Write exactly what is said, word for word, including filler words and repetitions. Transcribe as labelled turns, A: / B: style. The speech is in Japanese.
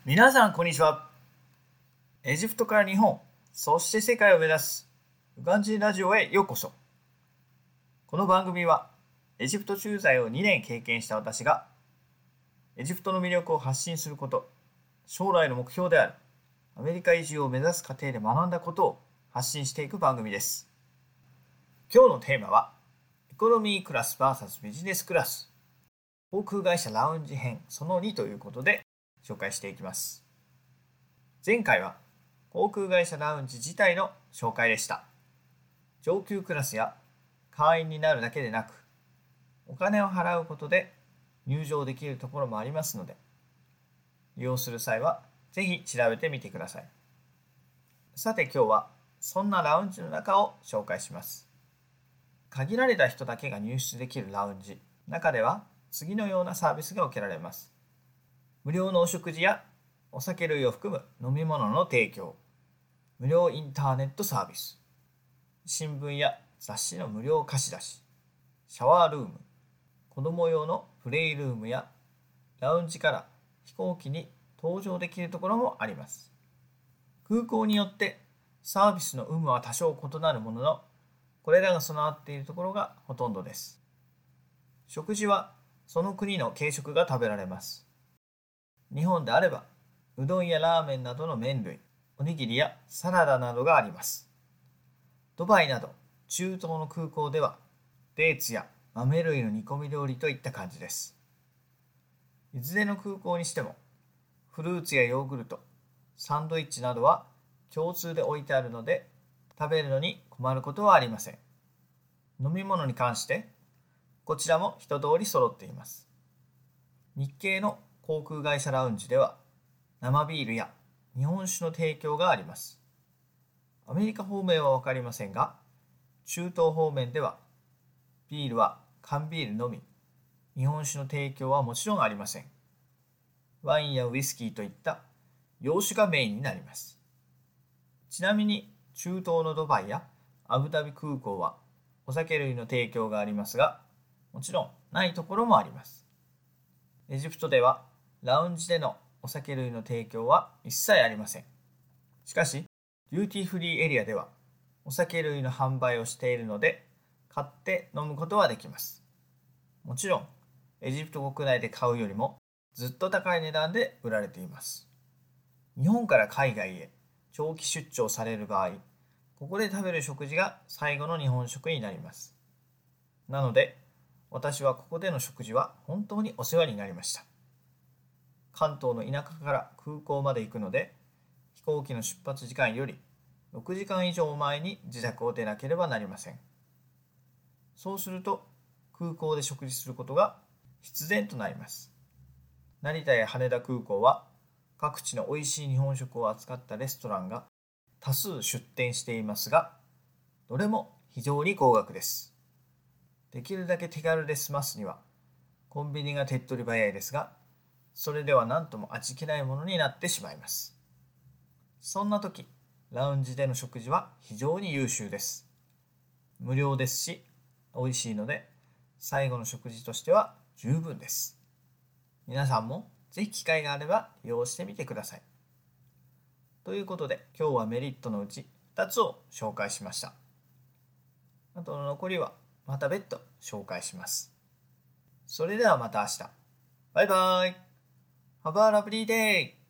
A: 皆さんこんにちは。エジプトから日本、そして世界を目指すウガンジーラジオへようこそ。この番組はエジプト駐在をにねん経験した私がエジプトの魅力を発信すること、将来の目標であるアメリカ移住を目指す過程で学んだことを発信していく番組です。今日のテーマはエコノミークラス ブイエス ビジネスクラス航空会社ラウンジ編そのにということで紹介していきます。前回は航空会社ラウンジ自体の紹介でした。上級クラスや会員になるだけでなく、お金を払うことで入場できるところもありますので、利用する際はぜひ調べてみてください。さて今日はそんなラウンジの中を紹介します。限られた人だけが入室できるラウンジ、中では次のようなサービスが受けられます。無料のお食事やお酒類を含む飲み物の提供、無料インターネットサービス、新聞や雑誌の無料貸し出し、シャワールーム、子供用のプレイルームやラウンジから飛行機に搭乗できるところもあります。空港によってサービスの有無は多少異なるものの、これらが備わっているところがほとんどです。食事はその国の軽食が食べられます。日本であれば、うどんやラーメンなどの麺類、おにぎりやサラダなどがあります。ドバイなど中東の空港では、デーツや豆類の煮込み料理といった感じです。いずれの空港にしても、フルーツやヨーグルト、サンドイッチなどは共通で置いてあるので、食べるのに困ることはありません。飲み物に関して、こちらも一通り揃っています。日系の航空会社ラウンジでは生ビールや日本酒の提供があります。アメリカ方面はわかりませんが、中東方面ではビールは缶ビールのみ、日本酒の提供はもちろんありません。ワインやウイスキーといった洋酒がメインになります。ちなみに中東のドバイやアブダビ空港はお酒類の提供がありますが、もちろんないところもあります。エジプトではラウンジでのお酒類の提供は一切ありません。しかし、デューティーフリーエリアではお酒類の販売をしているので、買って飲むことはできます。もちろん、エジプト国内で買うよりもずっと高い値段で売られています。日本から海外へ長期出張される場合、ここで食べる食事が最後の日本食になります。なので、私はここでの食事は本当にお世話になりました。関東の田舎から空港まで行くので、飛行機の出発時間よりろくじかん以上前に自宅を出なければなりません。そうすると空港で食事することが必然となります。成田や羽田空港は各地の美味しい日本食を扱ったレストランが多数出店していますが、どれも非常に高額です。できるだけ手軽で済ますにはコンビニが手っ取り早いですが、それでは何とも味気ないものになってしまいます。そんな時、ラウンジでの食事は非常に優秀です。無料ですし、美味しいので、最後の食事としては十分です。皆さんもぜひ機会があれば利用してみてください。ということで、今日はメリットのうちふたつを紹介しました。あとの残りはまた別途紹介します。それではまた明日。バイバイ。Have a lovely day!